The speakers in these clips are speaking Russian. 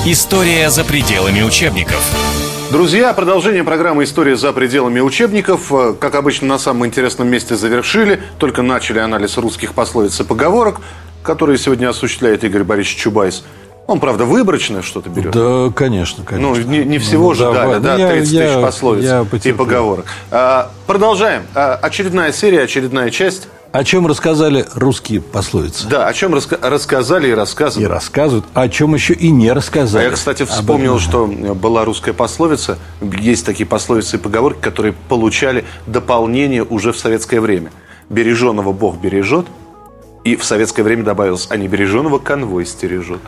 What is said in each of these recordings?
История за пределами учебников. Друзья, продолжение программы «История за пределами учебников». Как обычно, на самом интересном месте завершили. Только начали анализ русских пословиц и поговорок, которые сегодня осуществляет Игорь Борисович Чубайс. Он, правда, выборочно что-то берет. Да, конечно. Ну, не всего же дали, да, 30 тысяч пословиц и поговорок. Продолжаем. Очередная серия, очередная часть. О чем рассказали русские пословицы. Да, о чем рассказали и рассказывают. И рассказывают, о чем еще и не рассказали. А я, кстати, вспомнил, что была русская пословица. Есть такие пословицы и поговорки, которые получали дополнение уже в советское время. «Береженого Бог бережет». И в советское время добавилось: «А небереженого конвой стережет».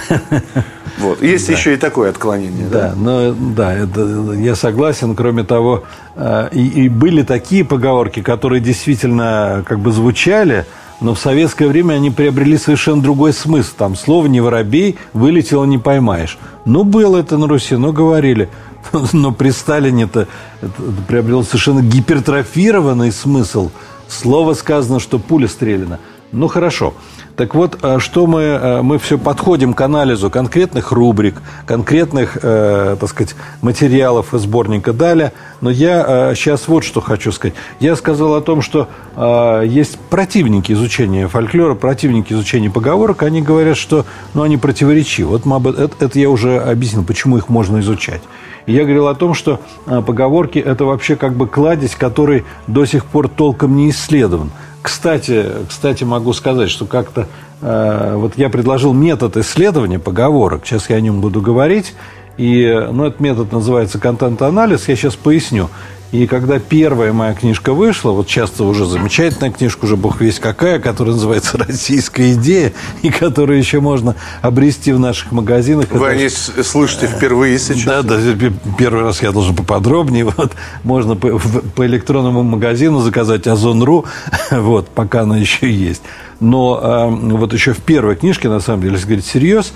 Вот. Есть еще и такое отклонение. Да, это, я согласен. Кроме того, и были такие поговорки, которые действительно как бы звучали, но в советское время они приобрели совершенно другой смысл. Там слово «не воробей» вылетело «не поймаешь». Ну, было это на Руси, но говорили. Но при Сталине это приобрело совершенно гипертрофированный смысл. Слово сказано, что пуля стреляна. Ну, хорошо. Так вот, что мы все подходим к анализу конкретных рубрик, конкретных, так сказать, материалов из сборника «Даля». Но я сейчас вот что хочу сказать. Я сказал о том, что есть противники изучения фольклора, противники изучения поговорок. Они говорят, что они противоречивы. Вот это я уже объяснил, почему их можно изучать. И я говорил о том, что поговорки – это вообще как бы кладезь, который до сих пор толком не исследован. Кстати, могу сказать, что как-то вот я предложил метод исследования поговорок. Сейчас я о нем буду говорить. И, этот метод называется контент-анализ. Я сейчас поясню. И когда первая моя книжка вышла, вот часто уже замечательная книжка, уже бог весть какая, которая называется «Российская идея», и которую еще можно обрести в наших магазинах. Вы о ней слышите впервые сейчас? Да, первый раз я должен поподробнее. Вот, можно по электронному магазину заказать Озон.ру, вот, пока она еще есть. Но вот еще в первой книжке, на самом деле, если говорить всерьез,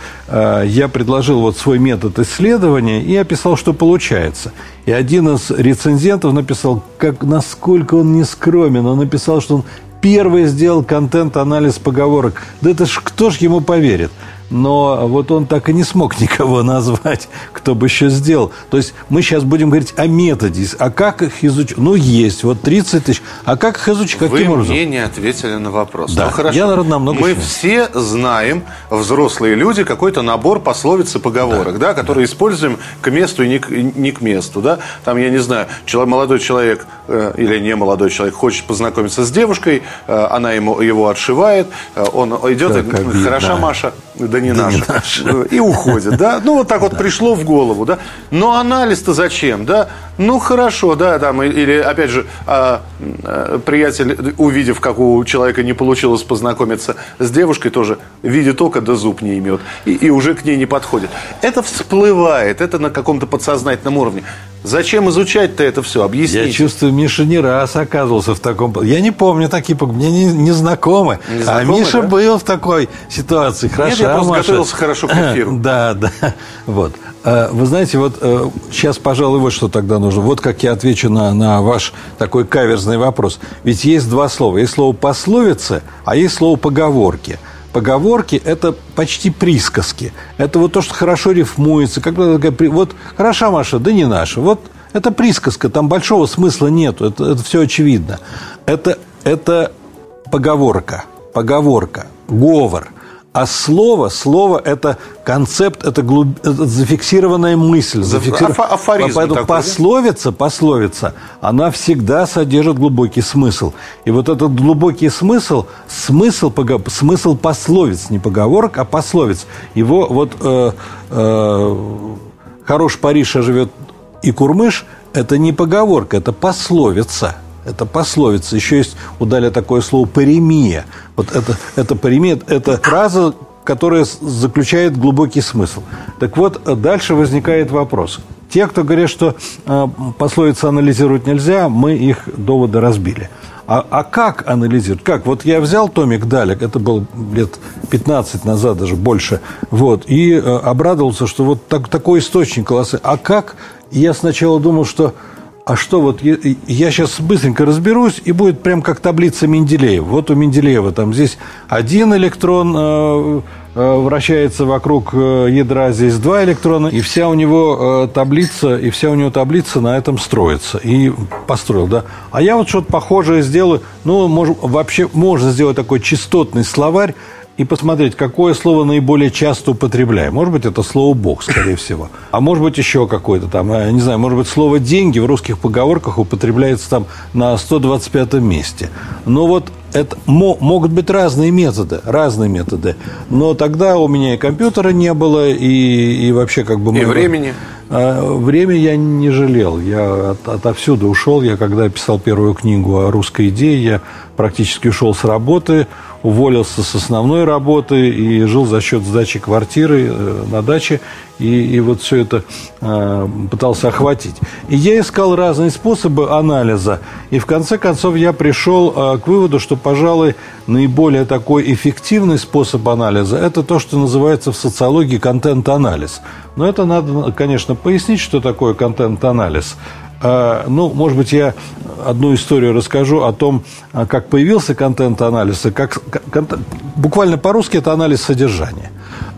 я предложил вот свой метод исследования и описал, что получается. И один из рецензентов написал, насколько он не скромен. Он написал, что он первый сделал контент-анализ поговорок. Да это ж кто ж ему поверит? Но вот он так и не смог никого назвать, кто бы еще сделал. То есть мы сейчас будем говорить о методе. А как их изучить? Есть, вот 30 тысяч. А как их изучить? Каким образом? Вы мне не ответили на вопрос. Да, хорошо. Я, наверное, намного Мы все знаем, взрослые люди, какой-то набор пословиц и поговорок, да, которые используем к месту и не к месту. Да? Там, я не знаю, молодой человек или не молодой человек хочет познакомиться с девушкой, она его отшивает, он идет и говорит: «Хороша, Маша». Да не наша. И уходит, да. Вот так вот пришло в голову, да. Но анализ-то зачем, да? Хорошо, да, там, или, опять же, приятель, увидев, как у человека не получилось познакомиться с девушкой, тоже видит око, да зуб не имет, и уже к ней не подходит. Это всплывает, это на каком-то подсознательном уровне. Зачем изучать-то это все? Объясните. Я чувствую, Миша не раз оказывался в таком... Я не помню такие... Мне не знакомы. А Миша был в такой ситуации. Хорошо, Нет, я просто готовился хорошо к эфиру. Да. Вот. Вы знаете, вот сейчас, пожалуй, вот что тогда нужно. Вот как я отвечу на ваш такой каверзный вопрос. Ведь есть два слова. Есть слово «пословицы», а есть слово «поговорки». Поговорки – это почти присказки. Это вот то, что хорошо рифмуется. Вот «хороша, Маша», да не наша. Вот это присказка, там большого смысла нету. Это все очевидно. Это поговорка, говор. А слово – это концепт, это зафиксированная мысль. Афоризм Поэтому такой, пословица, она всегда содержит глубокий смысл. И вот этот глубокий смысл пословиц, не поговорок, а пословиц. Его вот «хорош Париж, а живет и Курмыш» – это не поговорка, это пословица. Это пословица. Еще есть у Даля такое слово «паремия». Вот это паремия, это фраза, которая заключает глубокий смысл. Так вот, дальше возникает вопрос. Те, кто говорят, что пословицы анализировать нельзя, мы их доводы разбили. А как анализировать? Как? Вот я взял томик Даля, это было лет 15 назад, даже больше, вот, и обрадовался, что вот такой источник колоссальный. А как? Я сначала думал, что а что вот я сейчас быстренько разберусь, и будет прям как таблица Менделеева. Вот у Менделеева там здесь один электрон вращается вокруг ядра, здесь два электрона, и вся у него таблица на этом строится. И построил, да. А я вот что-то похожее сделаю. Ну, вообще можно сделать такой частотный словарь и посмотреть, какое слово наиболее часто употребляем. Может быть, это слово «бог», скорее всего. А может быть, еще какое-то там, я не знаю, может быть, слово «деньги» в русских поговорках употребляется там на 125-м месте. Но вот это могут быть разные методы. Но тогда у меня и компьютера не было, и вообще как бы... И времени. Время я не жалел. Я отовсюду ушел. Я когда писал первую книгу о русской идее, я практически ушел с работы, уволился с основной работы и жил за счет сдачи квартиры на даче. И вот все это пытался охватить. И я искал разные способы анализа. И в конце концов я пришел к выводу, что, пожалуй, наиболее такой эффективный способ анализа – это то, что называется в социологии контент-анализ. Но это надо, конечно, пояснить, что такое контент-анализ. Ну, может быть, я одну историю расскажу о том, как появился контент-анализ. Буквально по-русски это анализ содержания.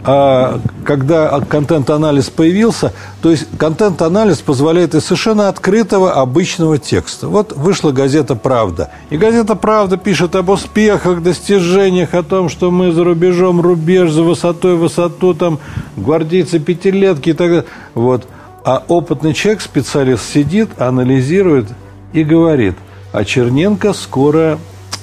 Когда контент-анализ появился, то есть контент-анализ позволяет из совершенно открытого, обычного текста. Вот вышла газета «Правда». И газета «Правда» пишет об успехах, достижениях, о том, что мы за рубежом, рубеж, за высотой, высоту, там, гвардейцы, пятилетки и так далее. Вот. А опытный человек, специалист, сидит, анализирует и говорит: а Черненко скоро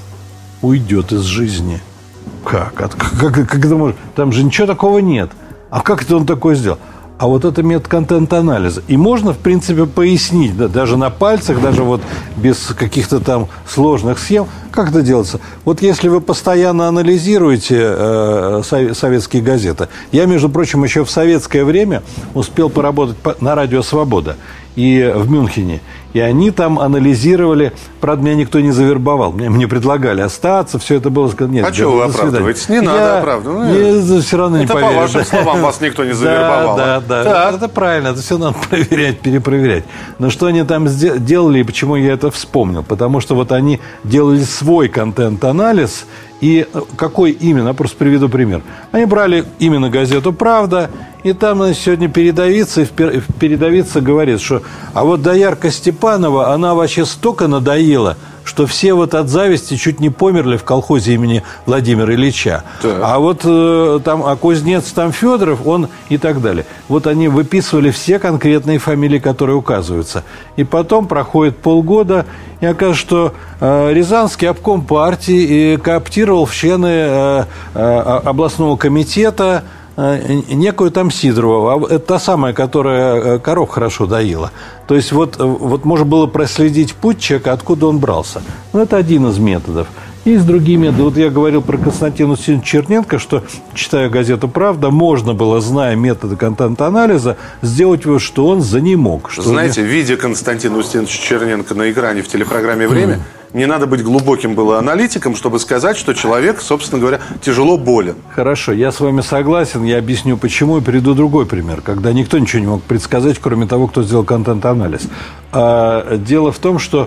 уйдет из жизни. Как это может? Там же ничего такого нет. А как это он такое сделал? А вот это метод контент-анализа. И можно, в принципе, пояснить, да, даже на пальцах, даже вот без каких-то там сложных схем, как это делается. Вот если вы постоянно анализируете советские газеты. Я, между прочим, еще в советское время успел поработать на радио «Свобода» и в Мюнхене. И они там анализировали. Правда, меня никто не завербовал. Мне предлагали остаться, все это было. Нет, а что вы оправдываетесь? Не надо оправдывать. Все равно не это поверю. По вашим словам вас никто не завербовал. Да. Это правильно. Это все надо проверять, перепроверять. Но что они там делали и почему я это вспомнил? Потому что вот они делали свой контент-анализ. И какой именно? Я просто приведу пример. Они брали именно газету «Правда», и там, значит, сегодня передовица говорит, что а вот доярка Степанова, она вообще столько надоела, что все вот от зависти чуть не померли в колхозе имени Владимира Ильича. Так. А вот там кузнец там Федоров, он и так далее. Вот они выписывали все конкретные фамилии, которые указываются. И потом проходит полгода, и оказывается, что Рязанский обком партии кооптировал в члены областного комитета некую там Сидорову. Это та самая, которая коров хорошо доила. То есть вот можно было проследить путь человека, откуда он брался. Но это один из методов. Есть другие методы. Вот я говорил про Константина Устиновича Черненко, что, читая газету «Правда», можно было, зная методы контент-анализа, сделать вывод, что он занемог. Знаете, видя Константина Устиновича Черненко на экране в телепрограмме «Время», не надо быть глубоким было аналитиком, чтобы сказать, что человек, собственно говоря, тяжело болен. Хорошо, я с вами согласен, я объясню почему и приведу другой пример, когда никто ничего не мог предсказать, кроме того, кто сделал контент-анализ. Дело в том, что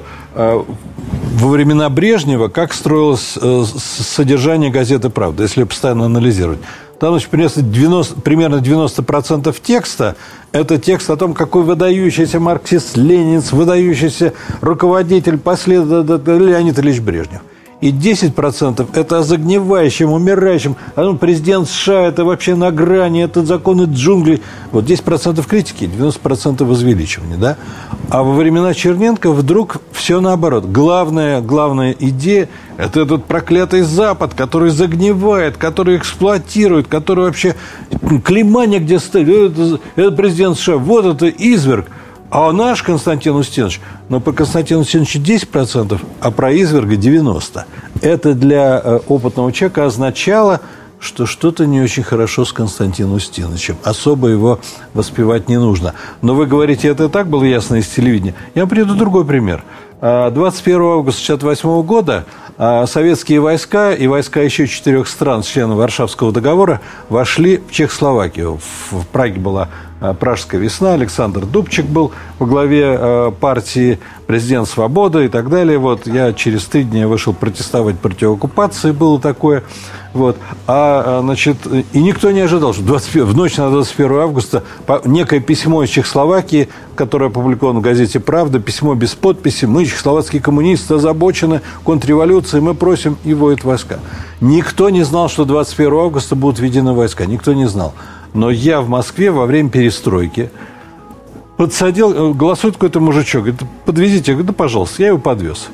во времена Брежнева как строилось содержание газеты «Правда», если постоянно анализировать. Там, значит, примерно 90% текста – это текст о том, какой выдающийся марксист-ленинец, выдающийся руководитель, последователь Леонид Ильич Брежнев. И 10% – это о загнивающем, умирающем. Президент США – это вообще на грани, это законы джунглей. Вот 10% критики, 90% возвеличивания. Да? А во времена Черненко вдруг все наоборот. Главная идея – это этот проклятый Запад, который загнивает, который эксплуатирует, который вообще клейма негде ставит. Это президент США, вот это изверг. А наш Константин Устинович, но по Константину Устиновичу 10%, а про изверга 90%. Это для опытного человека означало, что что-то не очень хорошо с Константином Устиновичем. Особо его воспевать не нужно. Но вы говорите, это и так было ясно из телевидения. Я вам приведу другой пример. 21 августа 1968 года советские войска и войска еще 4 стран, членов Варшавского договора, вошли в Чехословакию. В Праге была «Пражская весна», Александр Дубчик был во главе партии, «Президент Свобода» и так далее. Вот я через 3 дня вышел протестовать против оккупации, было такое. Вот. Значит, и никто не ожидал, что в ночь на 21 августа некое письмо из Чехословакии, которое опубликовано в газете «Правда», письмо без подписи: «Мы, чехословацкие коммунисты, озабочены контрреволюцией, мы просим», и вводят войска. Никто не знал, что 21 августа будут введены войска, никто не знал. Но я в Москве во время перестройки подсадил, голосует какой-то мужичок, говорит: подвезите. Я говорю: да, пожалуйста. Я его подвез.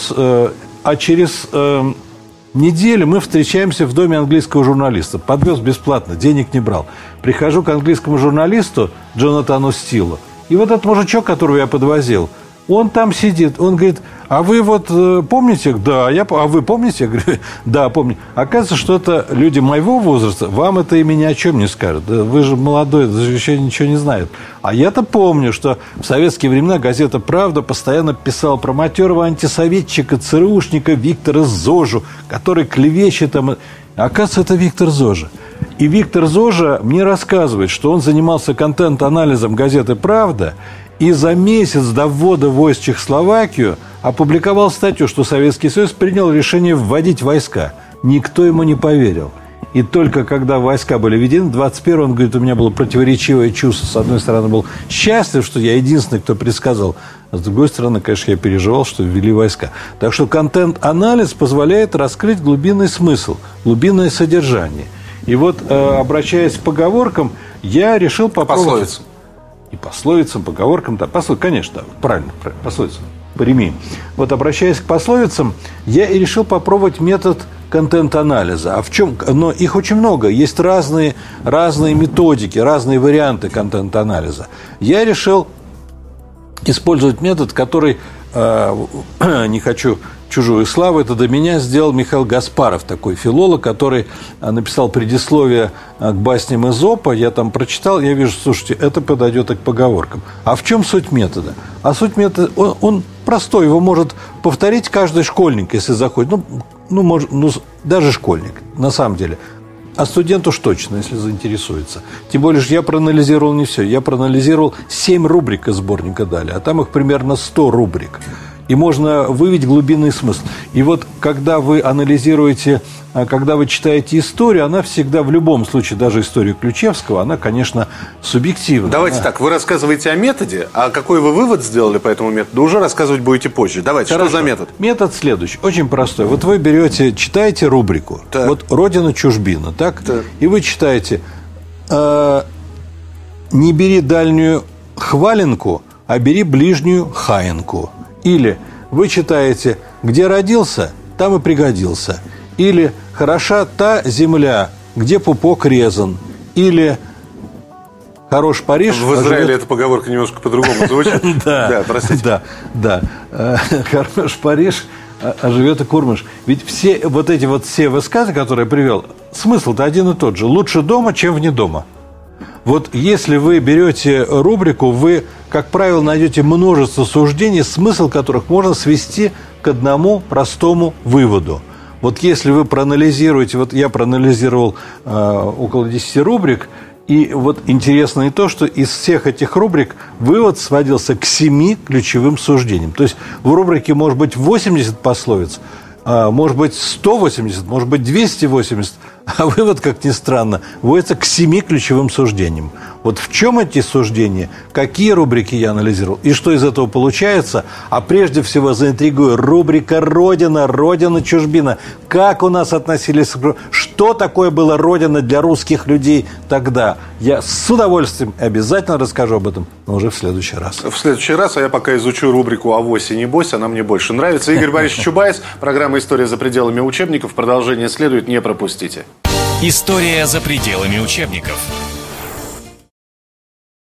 А через неделю мы встречаемся в доме английского журналиста. Подвез бесплатно, денег не брал. Прихожу к английскому журналисту Джонатану Стилу. И вот этот мужичок, которого я подвозил, он там сидит. Он говорит: а вы вот помните? Да, а вы помните? Я говорю: да, помню. Оказывается, что это люди моего возраста. Вам это имя ни о чем не скажут. Да, вы же молодой, даже еще ничего не знаете. А я-то помню, что в советские времена газета «Правда» постоянно писала про матерого антисоветчика, ЦРУшника Виктора Зожу, который клевещет там. Оказывается, это Виктор Зожа. И Виктор Зожа мне рассказывает, что он занимался контент-анализом газеты «Правда», и за месяц до ввода войск в Чехословакию опубликовал статью, что Советский Союз принял решение вводить войска. Никто ему не поверил. И только когда войска были введены, 21-го, он говорит: у меня было противоречивое чувство. С одной стороны, был счастлив, что я единственный, кто предсказал. А с другой стороны, конечно, я переживал, что ввели войска. Так что контент-анализ позволяет раскрыть глубинный смысл, глубинное содержание. И вот, обращаясь к поговоркам, я решил попробовать... Пословицам. И пословицам, поговоркам, да, конечно, правильно, пословицам, прими. Вот, обращаясь к пословицам, я и решил попробовать метод контент-анализа. А в чем? Но их очень много. Есть разные методики, разные варианты контент-анализа. Я решил использовать метод, который, не хочу чужую славу, это до меня сделал Михаил Гаспаров, такой филолог, который написал предисловие к басням Эзопа. Я там прочитал, я вижу: слушайте, это подойдет и к поговоркам. А в чем суть метода? А суть метода, он простой, его может повторить каждый школьник, если заходит. Даже школьник, на самом деле. А студент уж точно, если заинтересуется. Тем более, что я проанализировал не все. Я проанализировал 7 рубрик из сборника «Далее», а там их примерно 100 рубрик. И можно выявить глубинный смысл. И вот, когда вы анализируете, когда вы читаете историю, она всегда, в любом случае, даже историю Ключевского, она, конечно, субъективна. Давайте так, вы рассказываете о методе, а какой вы вывод сделали по этому методу, уже рассказывать будете позже. Давайте, Хорошо. Что за метод? Метод следующий, очень простой. Вот вы берете, читаете рубрику, так. Вот «Родина, чужбина», так? И вы читаете: «Не бери дальнюю хваленку, а бери ближнюю хаинку». Или вы читаете: «Где родился, там и пригодился». Или «Хороша та земля, где пупок резан». Или «Хорош Париж». В Израиле эта поговорка немножко по-другому звучит. Да, простите. Да. «Хорош Париж, а живет и Курмыш». Ведь все высказы, которые я привел, смысл-то один и тот же. Лучше дома, чем вне дома. Вот если вы берете рубрику, вы, как правило, найдете множество суждений, смысл которых можно свести к одному простому выводу. Вот если вы проанализируете, вот я проанализировал около 10 рубрик, и вот интересно и то, что из всех этих рубрик вывод сводился к 7 ключевым суждениям. То есть в рубрике может быть 80 пословиц, может быть 180, может быть 280, а вывод, как ни странно, вводится к 7 ключевым суждениям. Вот в чем эти суждения, какие рубрики я анализировал и что из этого получается, а прежде всего заинтригую рубрика «Родина», «Родина, чужбина». Как у нас относились, что такое была Родина для русских людей тогда? Я с удовольствием обязательно расскажу об этом, но уже в следующий раз. В следующий раз, а я пока изучу рубрику «Авось и небось», она мне больше нравится. Игорь Борисович Чубайс, программа «История за пределами учебников». Продолжение следует, не пропустите. История за пределами учебников.